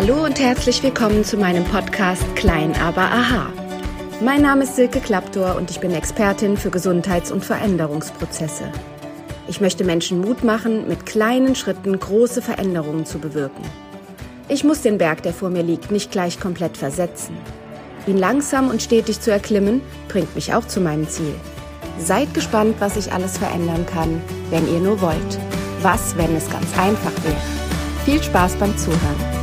Hallo und herzlich willkommen zu meinem Podcast Klein, aber aha. Mein Name ist Silke Klaptor und ich bin Expertin für Gesundheits- und Veränderungsprozesse. Ich möchte Menschen Mut machen, mit kleinen Schritten große Veränderungen zu bewirken. Ich muss den Berg, der vor mir liegt, nicht gleich komplett versetzen. Ihn langsam und stetig zu erklimmen, bringt mich auch zu meinem Ziel. Seid gespannt, was ich alles verändern kann, wenn ihr nur wollt. Was, wenn es ganz einfach wäre? Viel Spaß beim Zuhören.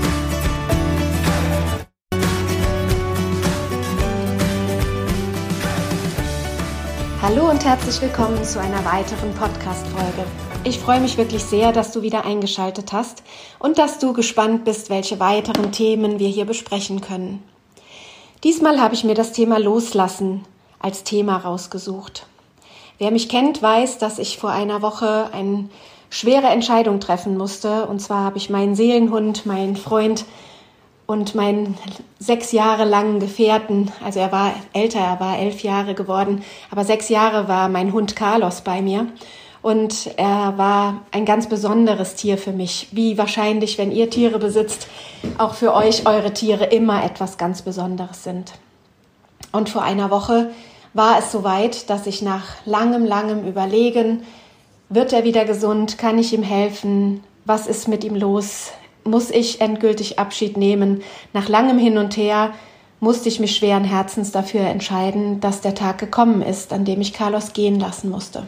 Hallo und herzlich willkommen zu einer weiteren Podcast-Folge. Ich freue mich wirklich sehr, dass du wieder eingeschaltet hast und dass du gespannt bist, welche weiteren Themen wir hier besprechen können. Diesmal habe ich mir das Thema Loslassen als Thema rausgesucht. Wer mich kennt, weiß, dass ich vor einer Woche eine schwere Entscheidung treffen musste. Und zwar habe ich meinen Seelenhund, meinen Freund und meinen 6 Jahre langen Gefährten, also er war älter, er war 11 Jahre geworden, aber 6 Jahre war mein Hund Carlos bei mir. Und er war ein ganz besonderes Tier für mich, wie wahrscheinlich, wenn ihr Tiere besitzt, auch für euch eure Tiere immer etwas ganz Besonderes sind. Und vor einer Woche war es soweit, dass ich nach langem Überlegen, wird er wieder gesund, kann ich ihm helfen, was ist mit ihm los, muss ich endgültig Abschied nehmen. Nach langem Hin und Her musste ich mich schweren Herzens dafür entscheiden, dass der Tag gekommen ist, an dem ich Carlos gehen lassen musste.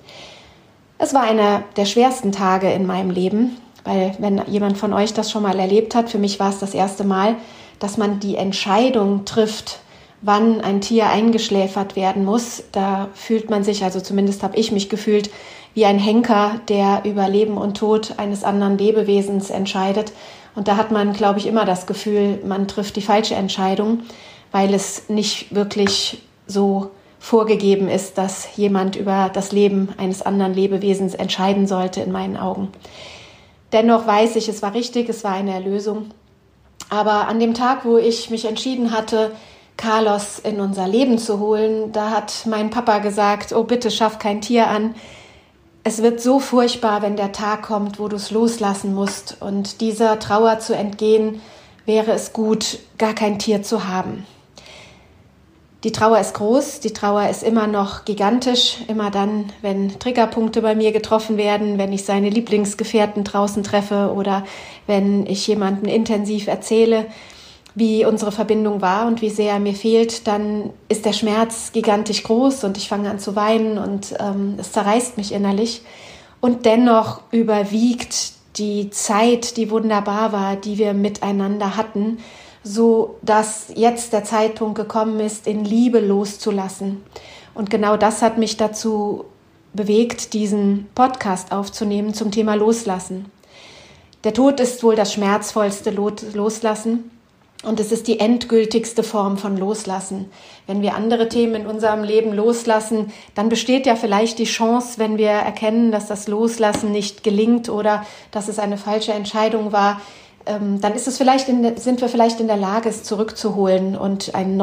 Es war einer der schwersten Tage in meinem Leben, weil wenn jemand von euch das schon mal erlebt hat, für mich war es das erste Mal, dass man die Entscheidung trifft, wann ein Tier eingeschläfert werden muss. Da fühlt man sich, also zumindest habe ich mich gefühlt, wie ein Henker, der über Leben und Tod eines anderen Lebewesens entscheidet. Und da hat man, glaube ich, immer das Gefühl, man trifft die falsche Entscheidung, weil es nicht wirklich so vorgegeben ist, dass jemand über das Leben eines anderen Lebewesens entscheiden sollte, in meinen Augen. Dennoch weiß ich, es war richtig, es war eine Erlösung. Aber an dem Tag, wo ich mich entschieden hatte, Carlos in unser Leben zu holen, da hat mein Papa gesagt, oh bitte schaff kein Tier an. Es wird so furchtbar, wenn der Tag kommt, wo du es loslassen musst. Und dieser Trauer zu entgehen, wäre es gut, gar kein Tier zu haben. Die Trauer ist groß, die Trauer ist immer noch gigantisch. Immer dann, wenn Triggerpunkte bei mir getroffen werden, wenn ich seine Lieblingsgefährten draußen treffe oder wenn ich jemandem intensiv erzähle, wie unsere Verbindung war und wie sehr er mir fehlt, dann ist der Schmerz gigantisch groß und ich fange an zu weinen und es zerreißt mich innerlich. Und dennoch überwiegt die Zeit, die wunderbar war, die wir miteinander hatten, so dass jetzt der Zeitpunkt gekommen ist, in Liebe loszulassen. Und genau das hat mich dazu bewegt, diesen Podcast aufzunehmen zum Thema Loslassen. Der Tod ist wohl das schmerzvollste Loslassen. Und es ist die endgültigste Form von Loslassen. Wenn wir andere Themen in unserem Leben loslassen, dann besteht ja vielleicht die Chance, wenn wir erkennen, dass das Loslassen nicht gelingt oder dass es eine falsche Entscheidung war, dann ist es sind wir vielleicht in der Lage, es zurückzuholen und einen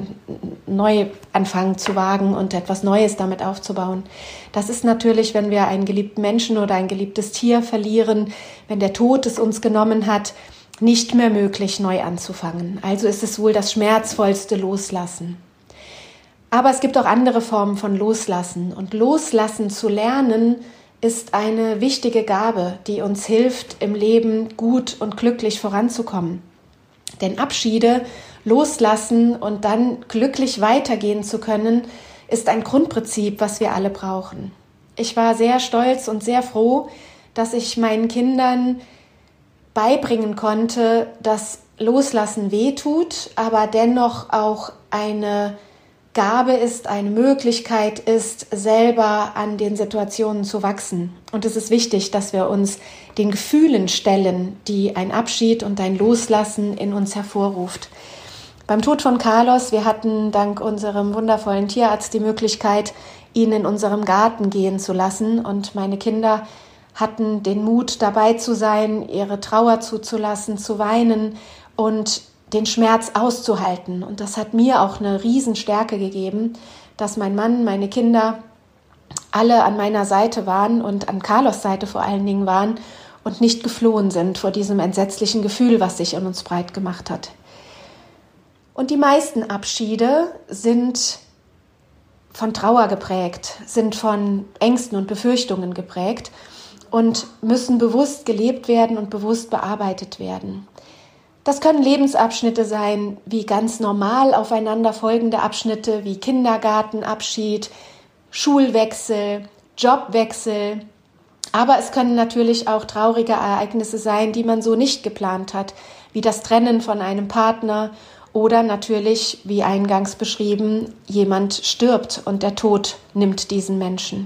Neuanfang zu wagen und etwas Neues damit aufzubauen. Das ist natürlich, wenn wir einen geliebten Menschen oder ein geliebtes Tier verlieren, wenn der Tod es uns genommen hat, nicht mehr möglich, neu anzufangen. Also ist es wohl das schmerzvollste Loslassen. Aber es gibt auch andere Formen von Loslassen. Und Loslassen zu lernen, ist eine wichtige Gabe, die uns hilft, im Leben gut und glücklich voranzukommen. Denn Abschiede, loslassen und dann glücklich weitergehen zu können, ist ein Grundprinzip, was wir alle brauchen. Ich war sehr stolz und sehr froh, dass ich meinen Kindern beibringen konnte, dass Loslassen wehtut, aber dennoch auch eine Gabe ist, eine Möglichkeit ist, selber an den Situationen zu wachsen. Und es ist wichtig, dass wir uns den Gefühlen stellen, die ein Abschied und ein Loslassen in uns hervorruft. Beim Tod von Carlos, wir hatten dank unserem wundervollen Tierarzt die Möglichkeit, ihn in unserem Garten gehen zu lassen. Und meine Kinder hatten den Mut, dabei zu sein, ihre Trauer zuzulassen, zu weinen und den Schmerz auszuhalten. Und das hat mir auch eine Riesenstärke gegeben, dass mein Mann, meine Kinder alle an meiner Seite waren und an Carlos Seite vor allen Dingen waren und nicht geflohen sind vor diesem entsetzlichen Gefühl, was sich in uns breit gemacht hat. Und die meisten Abschiede sind von Trauer geprägt, sind von Ängsten und Befürchtungen geprägt und müssen bewusst gelebt werden und bewusst bearbeitet werden. Das können Lebensabschnitte sein, wie ganz normal aufeinander folgende Abschnitte wie Kindergartenabschied, Schulwechsel, Jobwechsel. Aber es können natürlich auch traurige Ereignisse sein, die man so nicht geplant hat, wie das Trennen von einem Partner oder natürlich, wie eingangs beschrieben, jemand stirbt und der Tod nimmt diesen Menschen.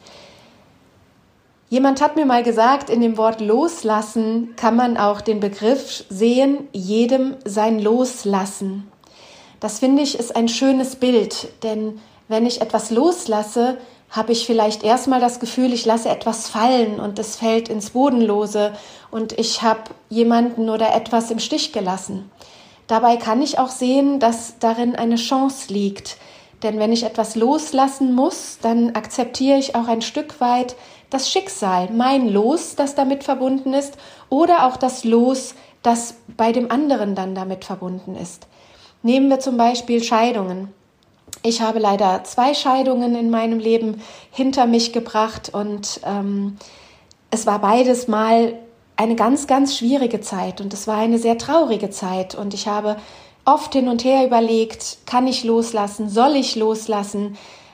Jemand hat mir mal gesagt, in dem Wort loslassen kann man auch den Begriff sehen, jedem sein Loslassen. Das finde ich ist ein schönes Bild, denn wenn ich etwas loslasse, habe ich vielleicht erstmal das Gefühl, ich lasse etwas fallen und es fällt ins Bodenlose und ich habe jemanden oder etwas im Stich gelassen. Dabei kann ich auch sehen, dass darin eine Chance liegt. Denn wenn ich etwas loslassen muss, dann akzeptiere ich auch ein Stück weit das Schicksal, mein Los, das damit verbunden ist, oder auch das Los, das bei dem anderen dann damit verbunden ist. Nehmen wir zum Beispiel Scheidungen. Ich habe leider 2 Scheidungen in meinem Leben hinter mich gebracht und es war beides mal eine ganz, ganz schwierige Zeit und es war eine sehr traurige Zeit und ich habe oft hin und her überlegt, kann ich loslassen, soll ich loslassen,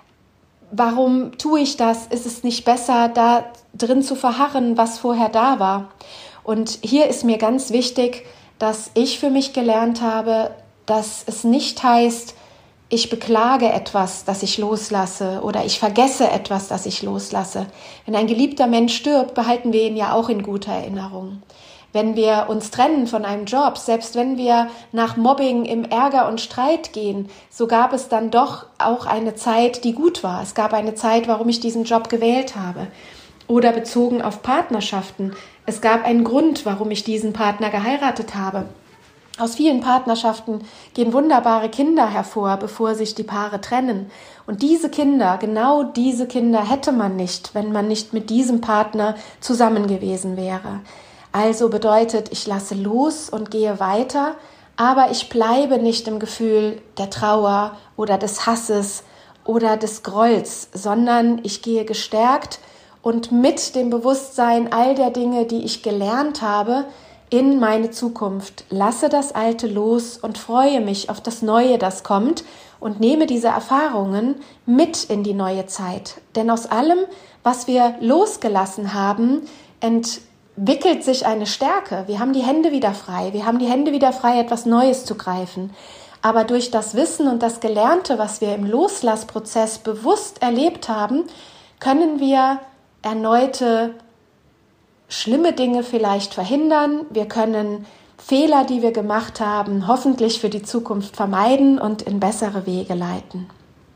warum tue ich das, ist es nicht besser, da drin zu verharren, was vorher da war. Und hier ist mir ganz wichtig, dass ich für mich gelernt habe, dass es nicht heißt, ich beklage etwas, das ich loslasse oder ich vergesse etwas, das ich loslasse. Wenn ein geliebter Mensch stirbt, behalten wir ihn ja auch in guter Erinnerung. Wenn wir uns trennen von einem Job, selbst wenn wir nach Mobbing im Ärger und Streit gehen, so gab es dann doch auch eine Zeit, die gut war. Es gab eine Zeit, warum ich diesen Job gewählt habe. Oder bezogen auf Partnerschaften. Es gab einen Grund, warum ich diesen Partner geheiratet habe. Aus vielen Partnerschaften gehen wunderbare Kinder hervor, bevor sich die Paare trennen. Und diese Kinder, genau diese Kinder hätte man nicht, wenn man nicht mit diesem Partner zusammen gewesen wäre. Also bedeutet, ich lasse los und gehe weiter, aber ich bleibe nicht im Gefühl der Trauer oder des Hasses oder des Grolls, sondern ich gehe gestärkt und mit dem Bewusstsein all der Dinge, die ich gelernt habe, in meine Zukunft, lasse das Alte los und freue mich auf das Neue, das kommt und nehme diese Erfahrungen mit in die neue Zeit. Denn aus allem, was wir losgelassen haben, entwickelt sich eine Stärke. Wir haben die Hände wieder frei. Wir haben die Hände wieder frei, etwas Neues zu greifen. Aber durch das Wissen und das Gelernte, was wir im Loslassprozess bewusst erlebt haben, können wir erneute schlimme Dinge vielleicht verhindern. Wir können Fehler, die wir gemacht haben, hoffentlich für die Zukunft vermeiden und in bessere Wege leiten.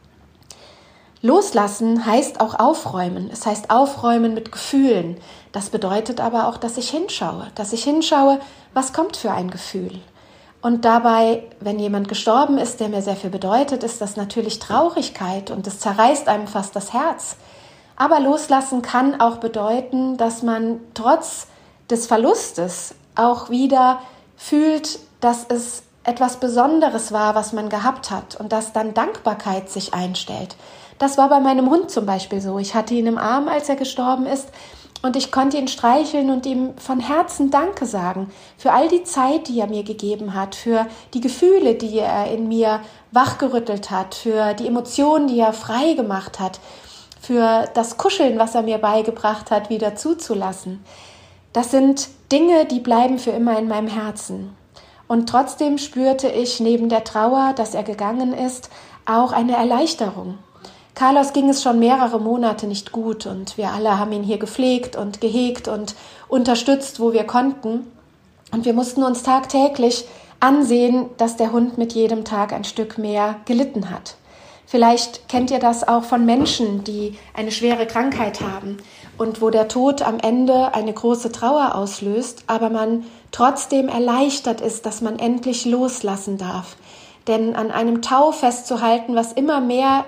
Loslassen heißt auch aufräumen. Es heißt aufräumen mit Gefühlen. Das bedeutet aber auch, dass ich hinschaue, was kommt für ein Gefühl. Und dabei, wenn jemand gestorben ist, der mir sehr viel bedeutet, ist das natürlich Traurigkeit und es zerreißt einem fast das Herz. Aber loslassen kann auch bedeuten, dass man trotz des Verlustes auch wieder fühlt, dass es etwas Besonderes war, was man gehabt hat und dass dann Dankbarkeit sich einstellt. Das war bei meinem Hund zum Beispiel so. Ich hatte ihn im Arm, als er gestorben ist und ich konnte ihn streicheln und ihm von Herzen Danke sagen für all die Zeit, die er mir gegeben hat, für die Gefühle, die er in mir wachgerüttelt hat, für die Emotionen, die er frei gemacht hat, für das Kuscheln, was er mir beigebracht hat, wieder zuzulassen. Das sind Dinge, die bleiben für immer in meinem Herzen. Und trotzdem spürte ich neben der Trauer, dass er gegangen ist, auch eine Erleichterung. Carlos ging es schon mehrere Monate nicht gut und wir alle haben ihn hier gepflegt und gehegt und unterstützt, wo wir konnten. Und wir mussten uns tagtäglich ansehen, dass der Hund mit jedem Tag ein Stück mehr gelitten hat. Vielleicht kennt ihr das auch von Menschen, die eine schwere Krankheit haben und wo der Tod am Ende eine große Trauer auslöst, aber man trotzdem erleichtert ist, dass man endlich loslassen darf. Denn an einem Tau festzuhalten, was immer mehr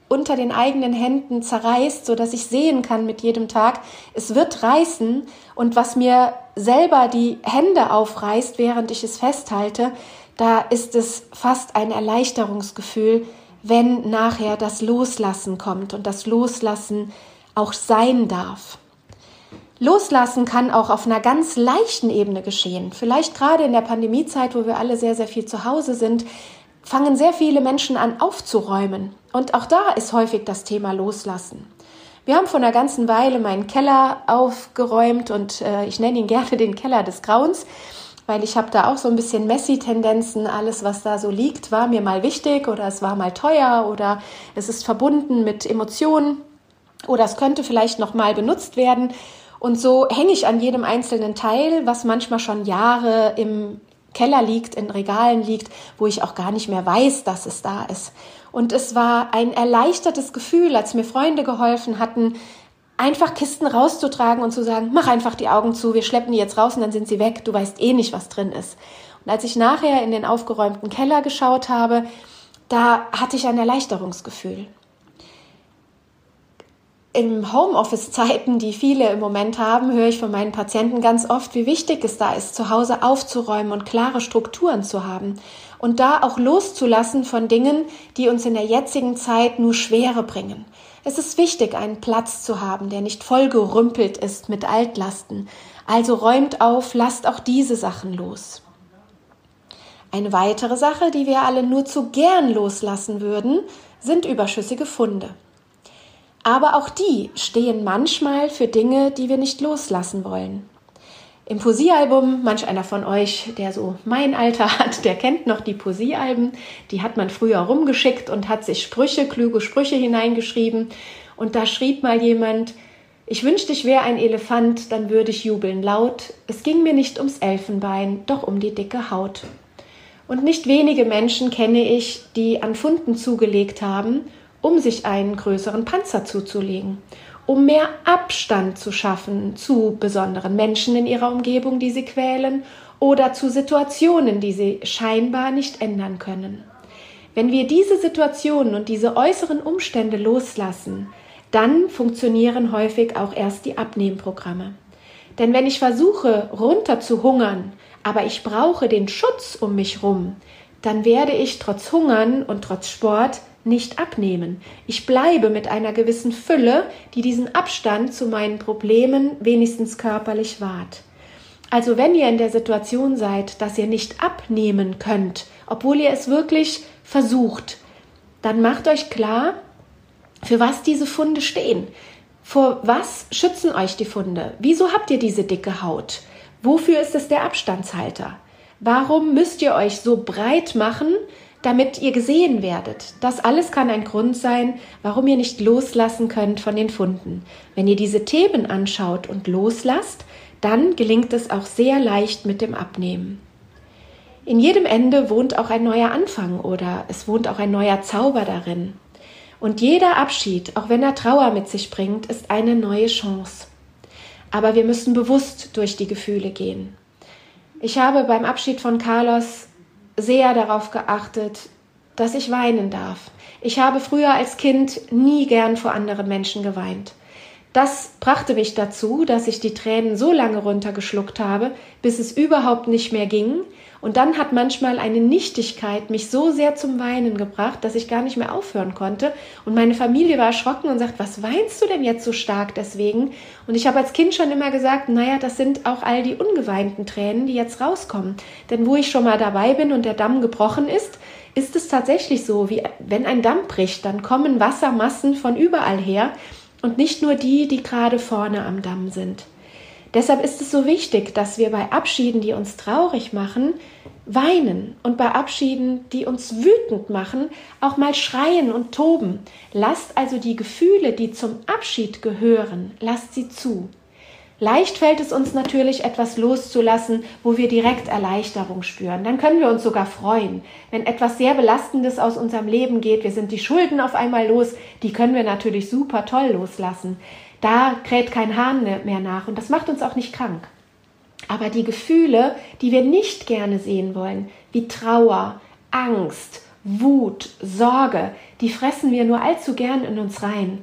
unter den eigenen Händen zerreißt, sodass ich sehen kann mit jedem Tag, es wird reißen, und was mir selber die Hände aufreißt, während ich es festhalte, da ist es fast ein Erleichterungsgefühl, wenn nachher das Loslassen kommt und das Loslassen auch sein darf. Loslassen kann auch auf einer ganz leichten Ebene geschehen. Vielleicht gerade in der Pandemiezeit, wo wir alle sehr, sehr viel zu Hause sind, fangen sehr viele Menschen an aufzuräumen. Und auch da ist häufig das Thema Loslassen. Wir haben vor einer ganzen Weile meinen Keller aufgeräumt und ich nenne ihn gerne den Keller des Grauens, weil ich habe da auch so ein bisschen Messi-Tendenzen. Alles, was da so liegt, war mir mal wichtig oder es war mal teuer oder es ist verbunden mit Emotionen oder es könnte vielleicht noch mal benutzt werden. Und so hänge ich an jedem einzelnen Teil, was manchmal schon Jahre im Keller liegt, in Regalen liegt, wo ich auch gar nicht mehr weiß, dass es da ist. Und es war ein erleichtertes Gefühl, als mir Freunde geholfen hatten, einfach Kisten rauszutragen und zu sagen, mach einfach die Augen zu, wir schleppen die jetzt raus und dann sind sie weg, du weißt eh nicht, was drin ist. Und als ich nachher in den aufgeräumten Keller geschaut habe, da hatte ich ein Erleichterungsgefühl. In Homeoffice-Zeiten, die viele im Moment haben, höre ich von meinen Patienten ganz oft, wie wichtig es da ist, zu Hause aufzuräumen und klare Strukturen zu haben und da auch loszulassen von Dingen, die uns in der jetzigen Zeit nur Schwere bringen. Es ist wichtig, einen Platz zu haben, der nicht vollgerümpelt ist mit Altlasten. Also räumt auf, lasst auch diese Sachen los. Eine weitere Sache, die wir alle nur zu gern loslassen würden, sind überschüssige Funde. Aber auch die stehen manchmal für Dinge, die wir nicht loslassen wollen. Im Poesiealbum, manch einer von euch, der so mein Alter hat, der kennt noch die Poesiealben. Die hat man früher rumgeschickt und hat sich kluge Sprüche hineingeschrieben. Und da schrieb mal jemand, ich wünschte, ich wäre ein Elefant, dann würde ich jubeln laut. Es ging mir nicht ums Elfenbein, doch um die dicke Haut. Und nicht wenige Menschen kenne ich, die an Funden zugelegt haben, um sich einen größeren Panzer zuzulegen, um mehr Abstand zu schaffen zu besonderen Menschen in ihrer Umgebung, die sie quälen, oder zu Situationen, die sie scheinbar nicht ändern können. Wenn wir diese Situationen und diese äußeren Umstände loslassen, dann funktionieren häufig auch erst die Abnehmprogramme. Denn wenn ich versuche, runter zu hungern, aber ich brauche den Schutz um mich rum, dann werde ich trotz Hungern und trotz Sport nicht abnehmen. Ich bleibe mit einer gewissen Fülle, die diesen Abstand zu meinen Problemen wenigstens körperlich wahrt. Also wenn ihr in der Situation seid, dass ihr nicht abnehmen könnt, obwohl ihr es wirklich versucht, dann macht euch klar, für was diese Funde stehen. Vor was schützen euch die Funde? Wieso habt ihr diese dicke Haut? Wofür ist es der Abstandshalter? Warum müsst ihr euch so breit machen, damit ihr gesehen werdet? Das alles kann ein Grund sein, warum ihr nicht loslassen könnt von den Funden. Wenn ihr diese Themen anschaut und loslasst, dann gelingt es auch sehr leicht mit dem Abnehmen. In jedem Ende wohnt auch ein neuer Anfang oder es wohnt auch ein neuer Zauber darin. Und jeder Abschied, auch wenn er Trauer mit sich bringt, ist eine neue Chance. Aber wir müssen bewusst durch die Gefühle gehen. Ich habe beim Abschied von Carlos sehr darauf geachtet, dass ich weinen darf. Ich habe früher als Kind nie gern vor anderen Menschen geweint. Das brachte mich dazu, dass ich die Tränen so lange runtergeschluckt habe, bis es überhaupt nicht mehr ging. Und dann hat manchmal eine Nichtigkeit mich so sehr zum Weinen gebracht, dass ich gar nicht mehr aufhören konnte. Und meine Familie war erschrocken und sagt, was weinst du denn jetzt so stark deswegen? Und ich habe als Kind schon immer gesagt, naja, das sind auch all die ungeweinten Tränen, die jetzt rauskommen. Denn wo ich schon mal dabei bin und der Damm gebrochen ist, ist es tatsächlich so, wie wenn ein Damm bricht, dann kommen Wassermassen von überall her und nicht nur die, die gerade vorne am Damm sind. Deshalb ist es so wichtig, dass wir bei Abschieden, die uns traurig machen, weinen und bei Abschieden, die uns wütend machen, auch mal schreien und toben. Lasst also die Gefühle, die zum Abschied gehören, lasst sie zu. Leicht fällt es uns natürlich, etwas loszulassen, wo wir direkt Erleichterung spüren. Dann können wir uns sogar freuen. Wenn etwas sehr Belastendes aus unserem Leben geht, wir sind die Schulden auf einmal los, die können wir natürlich super toll loslassen. Da kräht kein Hahn mehr nach und das macht uns auch nicht krank. Aber die Gefühle, die wir nicht gerne sehen wollen, wie Trauer, Angst, Wut, Sorge, die fressen wir nur allzu gern in uns rein.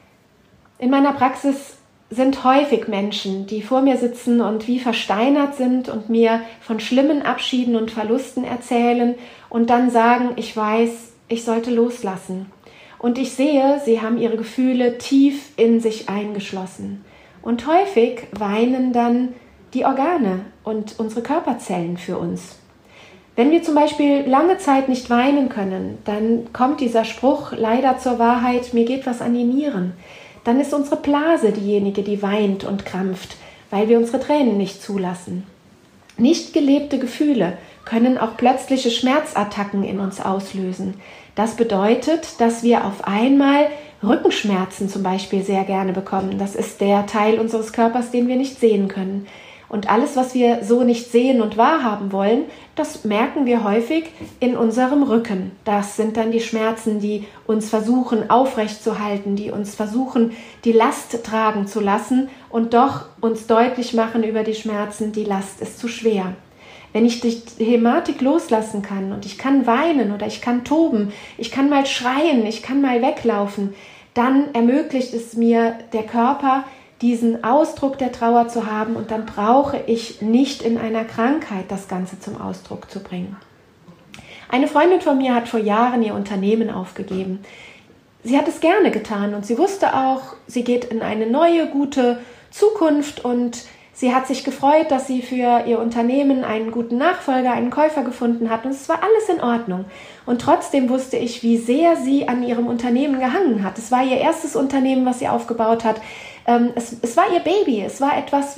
In meiner Praxis sind häufig Menschen, die vor mir sitzen und wie versteinert sind und mir von schlimmen Abschieden und Verlusten erzählen und dann sagen, ich weiß, ich sollte loslassen. Und ich sehe, sie haben ihre Gefühle tief in sich eingeschlossen. Und häufig weinen dann die Organe und unsere Körperzellen für uns. Wenn wir zum Beispiel lange Zeit nicht weinen können, dann kommt dieser Spruch leider zur Wahrheit, mir geht was an die Nieren. Dann ist unsere Blase diejenige, die weint und krampft, weil wir unsere Tränen nicht zulassen. Nicht gelebte Gefühle können auch plötzliche Schmerzattacken in uns auslösen. Das bedeutet, dass wir auf einmal Rückenschmerzen zum Beispiel sehr gerne bekommen. Das ist der Teil unseres Körpers, den wir nicht sehen können. Und alles, was wir so nicht sehen und wahrhaben wollen, das merken wir häufig in unserem Rücken. Das sind dann die Schmerzen, die uns versuchen aufrechtzuhalten, die uns versuchen, die Last tragen zu lassen und doch uns deutlich machen über die Schmerzen, die Last ist zu schwer. Wenn ich die Thematik loslassen kann und ich kann weinen oder ich kann toben, ich kann mal schreien, ich kann mal weglaufen, dann ermöglicht es mir der Körper, diesen Ausdruck der Trauer zu haben und dann brauche ich nicht in einer Krankheit das Ganze zum Ausdruck zu bringen. Eine Freundin von mir hat vor Jahren ihr Unternehmen aufgegeben. Sie hat es gerne getan und sie wusste auch, sie geht in eine neue, gute Zukunft und sie hat sich gefreut, dass sie für ihr Unternehmen einen guten Nachfolger, einen Käufer gefunden hat und es war alles in Ordnung. Und trotzdem wusste ich, wie sehr sie an ihrem Unternehmen gehangen hat. Es war ihr erstes Unternehmen, was sie aufgebaut hat. Es war ihr Baby, es war etwas,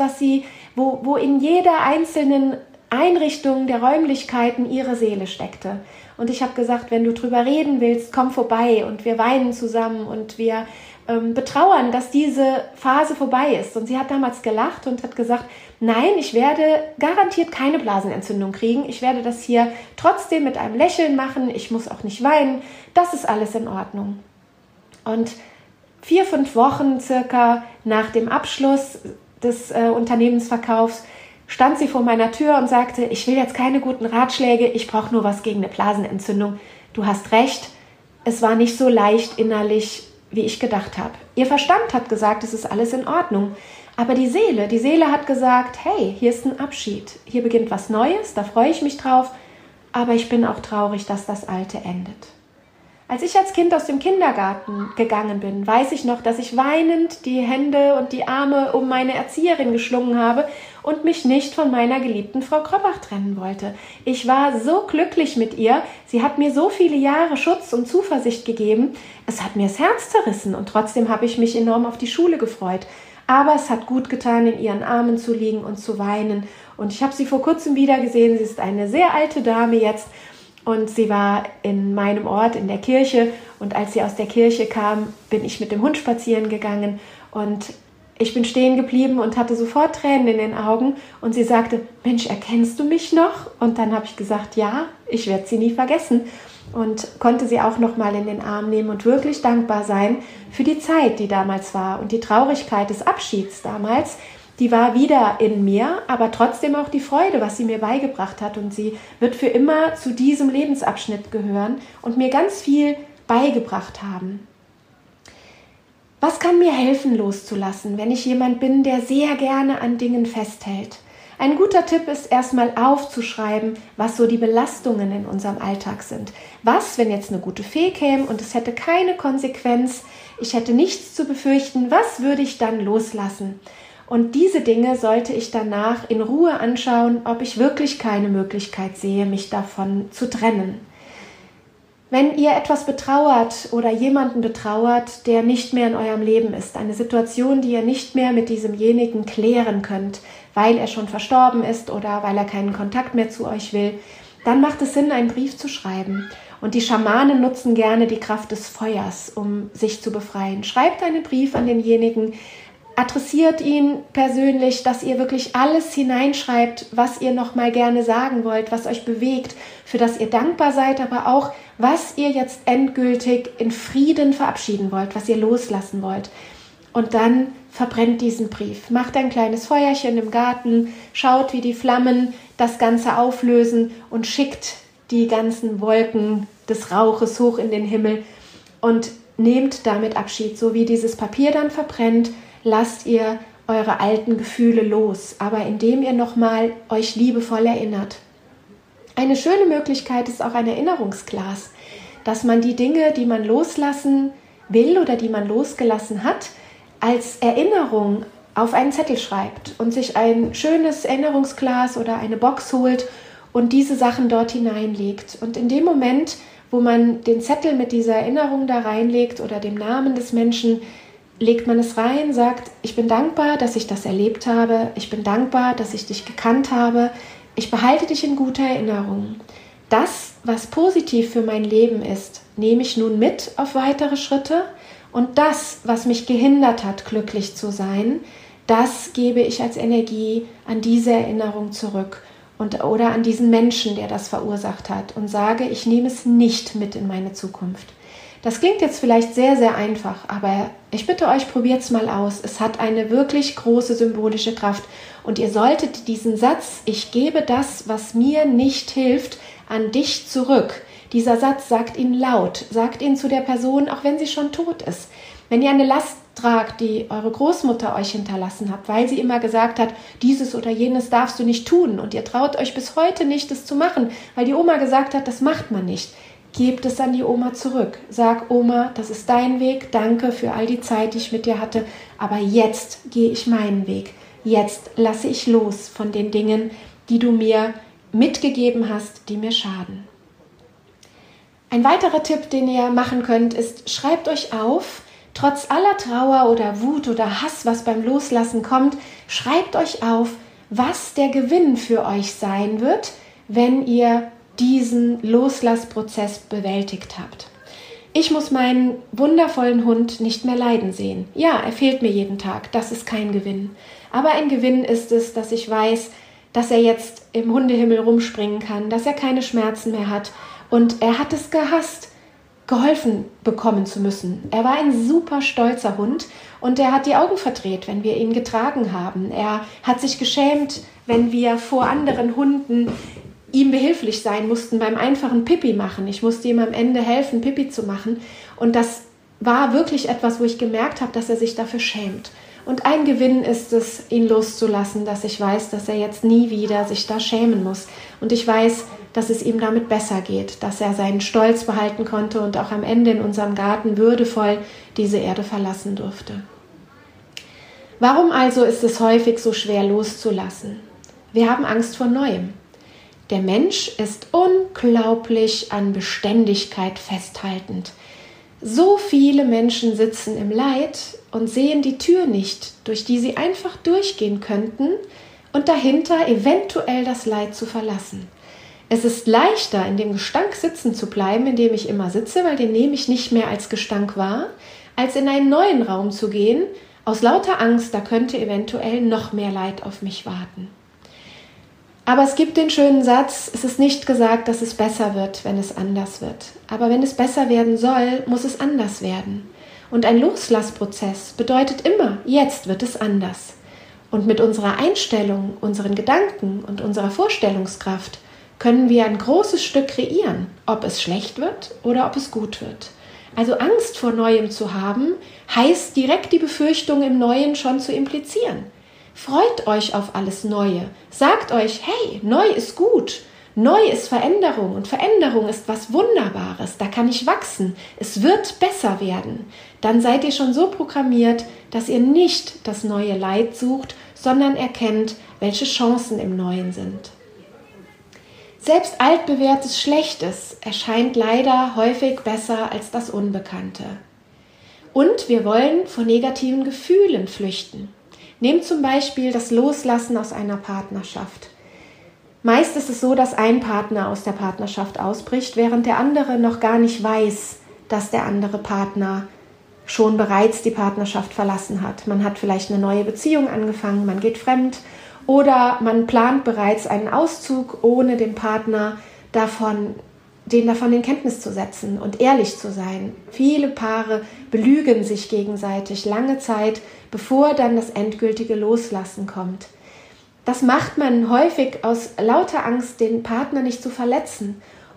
wo in jeder einzelnen Einrichtung der Räumlichkeiten ihre Seele steckte. Und ich habe gesagt, wenn du drüber reden willst, komm vorbei und wir weinen zusammen und wir betrauern, dass diese Phase vorbei ist. Und sie hat damals gelacht und hat gesagt, nein, ich werde garantiert keine Blasenentzündung kriegen. Ich werde das hier trotzdem mit einem Lächeln machen. Ich muss auch nicht weinen. Das ist alles in Ordnung. Und 4-5 Wochen circa nach dem Abschluss des Unternehmensverkaufs stand sie vor meiner Tür und sagte, ich will jetzt keine guten Ratschläge, ich brauche nur was gegen eine Blasenentzündung. Du hast recht, es war nicht so leicht innerlich, wie ich gedacht habe. Ihr Verstand hat gesagt, es ist alles in Ordnung. Aber die Seele hat gesagt, hey, hier ist ein Abschied, hier beginnt was Neues, da freue ich mich drauf, aber ich bin auch traurig, dass das Alte endet. Als ich als Kind aus dem Kindergarten gegangen bin, weiß ich noch, dass ich weinend die Hände und die Arme um meine Erzieherin geschlungen habe und mich nicht von meiner geliebten Frau Kroppach trennen wollte. Ich war so glücklich mit ihr, sie hat mir so viele Jahre Schutz und Zuversicht gegeben, es hat mir das Herz zerrissen und trotzdem habe ich mich enorm auf die Schule gefreut. Aber es hat gut getan, in ihren Armen zu liegen und zu weinen. Und ich habe sie vor kurzem wieder gesehen, sie ist eine sehr alte Dame jetzt. Und sie war in meinem Ort in der Kirche und als sie aus der Kirche kam, bin ich mit dem Hund spazieren gegangen und ich bin stehen geblieben und hatte sofort Tränen in den Augen und sie sagte, Mensch, erkennst du mich noch? Und dann habe ich gesagt, ja, ich werde sie nie vergessen und konnte sie auch noch mal in den Arm nehmen und wirklich dankbar sein für die Zeit, die damals war und die Traurigkeit des Abschieds damals. Die war wieder in mir, aber trotzdem auch die Freude, was sie mir beigebracht hat. Und sie wird für immer zu diesem Lebensabschnitt gehören und mir ganz viel beigebracht haben. Was kann mir helfen, loszulassen, wenn ich jemand bin, der sehr gerne an Dingen festhält? Ein guter Tipp ist, erstmal aufzuschreiben, was so die Belastungen in unserem Alltag sind. Was, wenn jetzt eine gute Fee käme und es hätte keine Konsequenz, ich hätte nichts zu befürchten, was würde ich dann loslassen? Und diese Dinge sollte ich danach in Ruhe anschauen, ob ich wirklich keine Möglichkeit sehe, mich davon zu trennen. Wenn ihr etwas betrauert oder jemanden betrauert, der nicht mehr in eurem Leben ist, eine Situation, die ihr nicht mehr mit diesemjenigen klären könnt, weil er schon verstorben ist oder weil er keinen Kontakt mehr zu euch will, dann macht es Sinn, einen Brief zu schreiben. Und die Schamanen nutzen gerne die Kraft des Feuers, um sich zu befreien. Schreibt einen Brief an denjenigen, adressiert ihn persönlich, dass ihr wirklich alles hineinschreibt, was ihr noch mal gerne sagen wollt, was euch bewegt, für das ihr dankbar seid, aber auch, was ihr jetzt endgültig in Frieden verabschieden wollt, was ihr loslassen wollt. Und dann verbrennt diesen Brief. Macht ein kleines Feuerchen im Garten, schaut, wie die Flammen das Ganze auflösen und schickt die ganzen Wolken des Rauches hoch in den Himmel und nehmt damit Abschied. So wie dieses Papier dann verbrennt, lasst ihr eure alten Gefühle los, aber indem ihr nochmal euch liebevoll erinnert. Eine schöne Möglichkeit ist auch ein Erinnerungsglas, dass man die Dinge, die man loslassen will oder die man losgelassen hat, als Erinnerung auf einen Zettel schreibt und sich ein schönes Erinnerungsglas oder eine Box holt und diese Sachen dort hineinlegt. Und in dem Moment, wo man den Zettel mit dieser Erinnerung da reinlegt oder dem Namen des Menschen, legt man es rein, sagt, ich bin dankbar, dass ich das erlebt habe, ich bin dankbar, dass ich dich gekannt habe, ich behalte dich in guter Erinnerung. Das, was positiv für mein Leben ist, nehme ich nun mit auf weitere Schritte und das, was mich gehindert hat, glücklich zu sein, das gebe ich als Energie an diese Erinnerung zurück oder an diesen Menschen, der das verursacht hat und sage, ich nehme es nicht mit in meine Zukunft. Das klingt jetzt vielleicht sehr, sehr einfach, aber ich bitte euch, probiert es mal aus. Es hat eine wirklich große symbolische Kraft und ihr solltet diesen Satz, ich gebe das, was mir nicht hilft, an dich zurück. Dieser Satz sagt ihn laut, sagt ihn zu der Person, auch wenn sie schon tot ist. Wenn ihr eine Last tragt, die eure Großmutter euch hinterlassen hat, weil sie immer gesagt hat, dieses oder jenes darfst du nicht tun und ihr traut euch bis heute nicht, es zu machen, weil die Oma gesagt hat, das macht man nicht. Gebt es an die Oma zurück. Sag, Oma, das ist dein Weg, danke für all die Zeit, die ich mit dir hatte, aber jetzt gehe ich meinen Weg. Jetzt lasse ich los von den Dingen, die du mir mitgegeben hast, die mir schaden. Ein weiterer Tipp, den ihr machen könnt, ist, schreibt euch auf, trotz aller Trauer oder Wut oder Hass, was beim Loslassen kommt, schreibt euch auf, was der Gewinn für euch sein wird, wenn ihr diesen Loslassprozess bewältigt habt. Ich muss meinen wundervollen Hund nicht mehr leiden sehen. Ja, er fehlt mir jeden Tag, das ist kein Gewinn. Aber ein Gewinn ist es, dass ich weiß, dass er jetzt im Hundehimmel rumspringen kann, dass er keine Schmerzen mehr hat. Und er hat es gehasst, geholfen bekommen zu müssen. Er war ein super stolzer Hund und er hat die Augen verdreht, wenn wir ihn getragen haben. Er hat sich geschämt, wenn wir vor anderen Hunden ihm behilflich sein mussten beim einfachen Pipi machen. Ich musste ihm am Ende helfen, Pipi zu machen. Und das war wirklich etwas, wo ich gemerkt habe, dass er sich dafür schämt. Und ein Gewinn ist es, ihn loszulassen, dass ich weiß, dass er jetzt nie wieder sich da schämen muss. Und ich weiß, dass es ihm damit besser geht, dass er seinen Stolz behalten konnte und auch am Ende in unserem Garten würdevoll diese Erde verlassen durfte. Warum also ist es häufig so schwer loszulassen? Wir haben Angst vor Neuem. Der Mensch ist unglaublich an Beständigkeit festhaltend. So viele Menschen sitzen im Leid und sehen die Tür nicht, durch die sie einfach durchgehen könnten und dahinter eventuell das Leid zu verlassen. Es ist leichter, in dem Gestank sitzen zu bleiben, in dem ich immer sitze, weil den nehme ich nicht mehr als Gestank wahr, als in einen neuen Raum zu gehen, aus lauter Angst, da könnte eventuell noch mehr Leid auf mich warten. Aber es gibt den schönen Satz, es ist nicht gesagt, dass es besser wird, wenn es anders wird. Aber wenn es besser werden soll, muss es anders werden. Und ein Loslassprozess bedeutet immer, jetzt wird es anders. Und mit unserer Einstellung, unseren Gedanken und unserer Vorstellungskraft können wir ein großes Stück kreieren, ob es schlecht wird oder ob es gut wird. Also Angst vor Neuem zu haben, heißt direkt die Befürchtung im Neuen schon zu implizieren. Freut euch auf alles Neue. Sagt euch, hey, neu ist gut. Neu ist Veränderung und Veränderung ist was Wunderbares. Da kann ich wachsen. Es wird besser werden. Dann seid ihr schon so programmiert, dass ihr nicht das neue Leid sucht, sondern erkennt, welche Chancen im Neuen sind. Selbst altbewährtes Schlechtes erscheint leider häufig besser als das Unbekannte. Und wir wollen vor negativen Gefühlen flüchten. Nehmt zum Beispiel das Loslassen aus einer Partnerschaft. Meist ist es so, dass ein Partner aus der Partnerschaft ausbricht, während der andere noch gar nicht weiß, dass der andere Partner schon bereits die Partnerschaft verlassen hat. Man hat vielleicht eine neue Beziehung angefangen, man geht fremd oder man plant bereits einen Auszug, ohne dem Partner davon in Kenntnis zu setzen und ehrlich zu sein. Viele Paare belügen sich gegenseitig lange Zeit, bevor dann das endgültige Loslassen kommt. Das macht man häufig aus lauter Angst, den Partner nicht zu verletzen.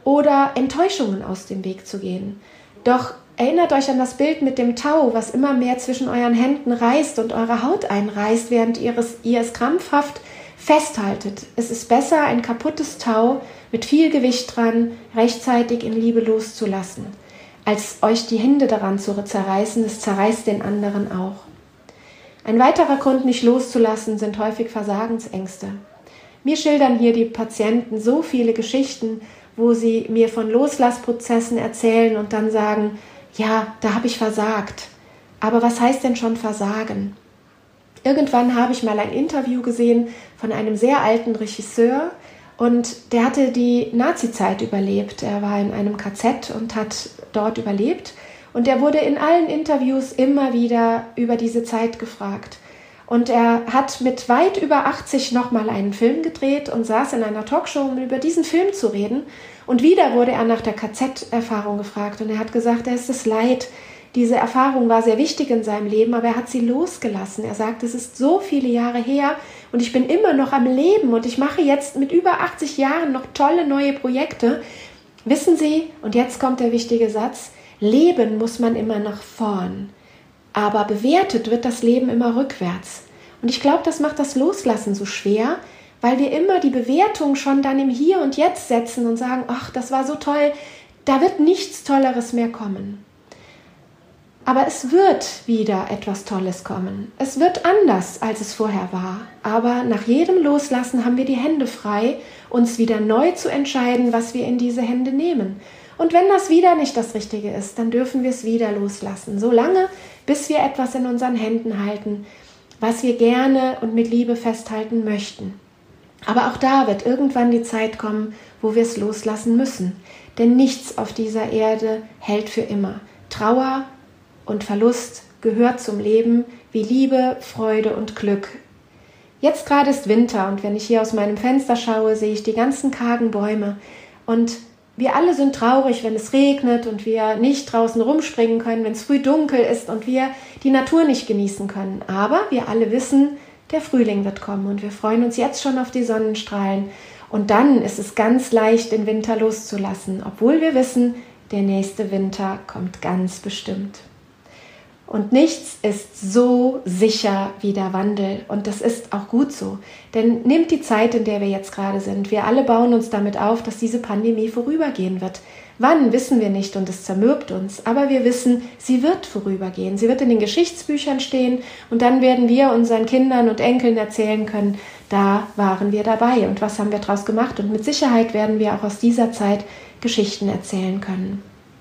oder Enttäuschungen aus dem Weg zu gehen. Doch erinnert euch an das Bild mit dem Tau, was immer mehr zwischen euren Händen reißt und eure Haut einreißt, während ihr es krampfhaft festhaltet. Es ist besser, ein kaputtes Tau mit viel Gewicht dran rechtzeitig in Liebe loszulassen, als euch die Hände daran zu zerreißen. Es zerreißt den anderen auch. Ein weiterer Grund, nicht loszulassen, sind häufig Versagensängste. Mir schildern hier die Patienten so viele Geschichten, wo sie mir von Loslassprozessen erzählen und dann sagen, ja, da habe ich versagt. Aber was heißt denn schon Versagen? Irgendwann habe ich mal ein Interview gesehen von einem sehr alten Regisseur und der hatte die Nazi-Zeit überlebt. Er war in einem KZ und hat dort überlebt und er wurde in allen Interviews immer wieder über diese Zeit gefragt. Und er hat mit weit über 80 nochmal einen Film gedreht und saß in einer Talkshow, um über diesen Film zu reden. Und wieder wurde er nach der KZ-Erfahrung gefragt und er hat gesagt, er ist es leid. Diese Erfahrung war sehr wichtig in seinem Leben, aber er hat sie losgelassen. Er sagt, es ist so viele Jahre her und ich bin immer noch am Leben und ich mache jetzt mit über 80 Jahren noch tolle neue Projekte. Wissen Sie, und jetzt kommt der wichtige Satz, leben muss man immer nach vorn. Aber bewertet wird das Leben immer rückwärts. Und ich glaube, das macht das Loslassen so schwer, weil wir immer die Bewertung schon dann im Hier und Jetzt setzen und sagen, ach, das war so toll, da wird nichts Tolleres mehr kommen. Aber es wird wieder etwas Tolles kommen. Es wird anders, als es vorher war. Aber nach jedem Loslassen haben wir die Hände frei, uns wieder neu zu entscheiden, was wir in diese Hände nehmen. Und wenn das wieder nicht das Richtige ist, dann dürfen wir es wieder loslassen. Solange, bis wir etwas in unseren Händen halten, was wir gerne und mit Liebe festhalten möchten. Aber auch da wird irgendwann die Zeit kommen, wo wir es loslassen müssen. Denn nichts auf dieser Erde hält für immer. Trauer und Verlust gehört zum Leben wie Liebe, Freude und Glück. Jetzt gerade ist Winter und wenn ich hier aus meinem Fenster schaue, sehe ich die ganzen kargen Bäume und wir alle sind traurig, wenn es regnet und wir nicht draußen rumspringen können, wenn es früh dunkel ist und wir die Natur nicht genießen können. Aber wir alle wissen, der Frühling wird kommen und wir freuen uns jetzt schon auf die Sonnenstrahlen. Und dann ist es ganz leicht, den Winter loszulassen, obwohl wir wissen, der nächste Winter kommt ganz bestimmt. Und nichts ist so sicher wie der Wandel und das ist auch gut so, denn nehmt die Zeit, in der wir jetzt gerade sind. Wir alle bauen uns damit auf, dass diese Pandemie vorübergehen wird. Wann, wissen wir nicht und es zermürbt uns, aber wir wissen, sie wird vorübergehen. Sie wird in den Geschichtsbüchern stehen und dann werden wir unseren Kindern und Enkeln erzählen können, da waren wir dabei und was haben wir daraus gemacht und mit Sicherheit werden wir auch aus dieser Zeit Geschichten erzählen können.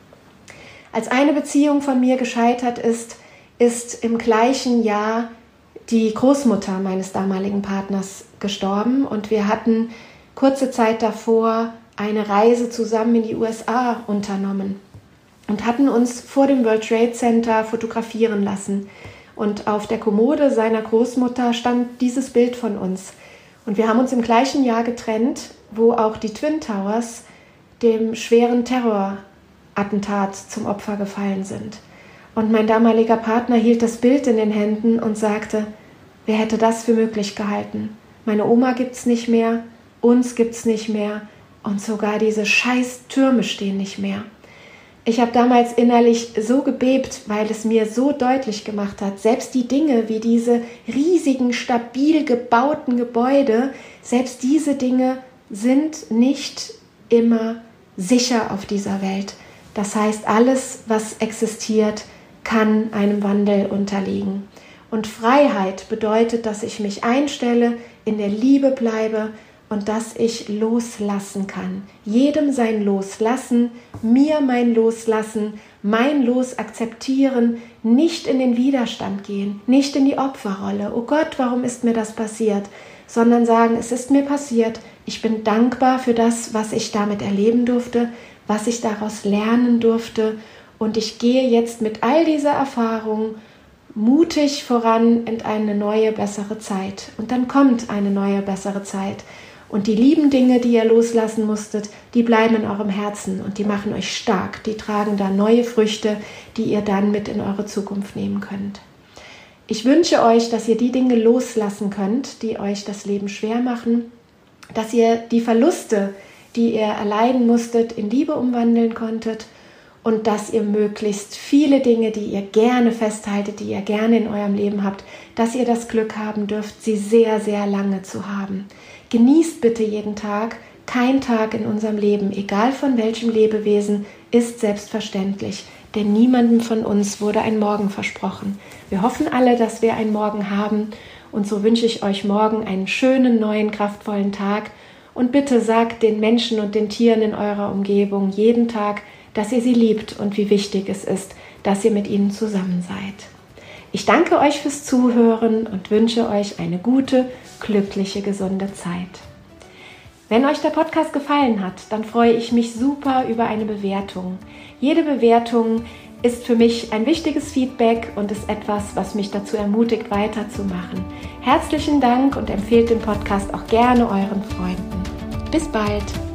Als eine Beziehung von mir gescheitert ist im gleichen Jahr die Großmutter meines damaligen Partners gestorben und wir hatten kurze Zeit davor eine Reise zusammen in die USA unternommen und hatten uns vor dem World Trade Center fotografieren lassen. Und auf der Kommode seiner Großmutter stand dieses Bild von uns. Und wir haben uns im gleichen Jahr getrennt, wo auch die Twin Towers dem schweren Terrorattentat zum Opfer gefallen sind. Und mein damaliger Partner hielt das Bild in den Händen und sagte, wer hätte das für möglich gehalten? Meine Oma gibt's nicht mehr, uns gibt's nicht mehr und sogar diese scheiß Türme stehen nicht mehr. Ich habe damals innerlich so gebebt, weil es mir so deutlich gemacht hat, selbst die Dinge wie diese riesigen, stabil gebauten Gebäude, selbst diese Dinge sind nicht immer sicher auf dieser Welt. Das heißt, alles, was existiert, kann einem Wandel unterliegen. Und Freiheit bedeutet, dass ich mich einstelle, in der Liebe bleibe und dass ich loslassen kann. Jedem sein Loslassen, mir mein Loslassen, mein Los akzeptieren, nicht in den Widerstand gehen, nicht in die Opferrolle. Oh Gott, warum ist mir das passiert? Sondern sagen, es ist mir passiert. Ich bin dankbar für das, was ich damit erleben durfte, was ich daraus lernen durfte. Und ich gehe jetzt mit all dieser Erfahrung mutig voran in eine neue, bessere Zeit. Und dann kommt eine neue, bessere Zeit. Und die lieben Dinge, die ihr loslassen musstet, die bleiben in eurem Herzen und die machen euch stark. Die tragen da neue Früchte, die ihr dann mit in eure Zukunft nehmen könnt. Ich wünsche euch, dass ihr die Dinge loslassen könnt, die euch das Leben schwer machen, dass ihr die Verluste die ihr erleiden musstet, in Liebe umwandeln konntet und dass ihr möglichst viele Dinge, die ihr gerne festhaltet, die ihr gerne in eurem Leben habt, dass ihr das Glück haben dürft, sie sehr, sehr lange zu haben. Genießt bitte jeden Tag. Kein Tag in unserem Leben, egal von welchem Lebewesen, ist selbstverständlich, denn niemandem von uns wurde ein Morgen versprochen. Wir hoffen alle, dass wir einen Morgen haben und so wünsche ich euch morgen einen schönen, neuen, kraftvollen Tag und bitte sagt den Menschen und den Tieren in eurer Umgebung jeden Tag, dass ihr sie liebt und wie wichtig es ist, dass ihr mit ihnen zusammen seid. Ich danke euch fürs Zuhören und wünsche euch eine gute, glückliche, gesunde Zeit. Wenn euch der Podcast gefallen hat, dann freue ich mich super über eine Bewertung. Jede Bewertung ist für mich ein wichtiges Feedback und ist etwas, was mich dazu ermutigt, weiterzumachen. Herzlichen Dank und empfehlt den Podcast auch gerne euren Freunden. Bis bald!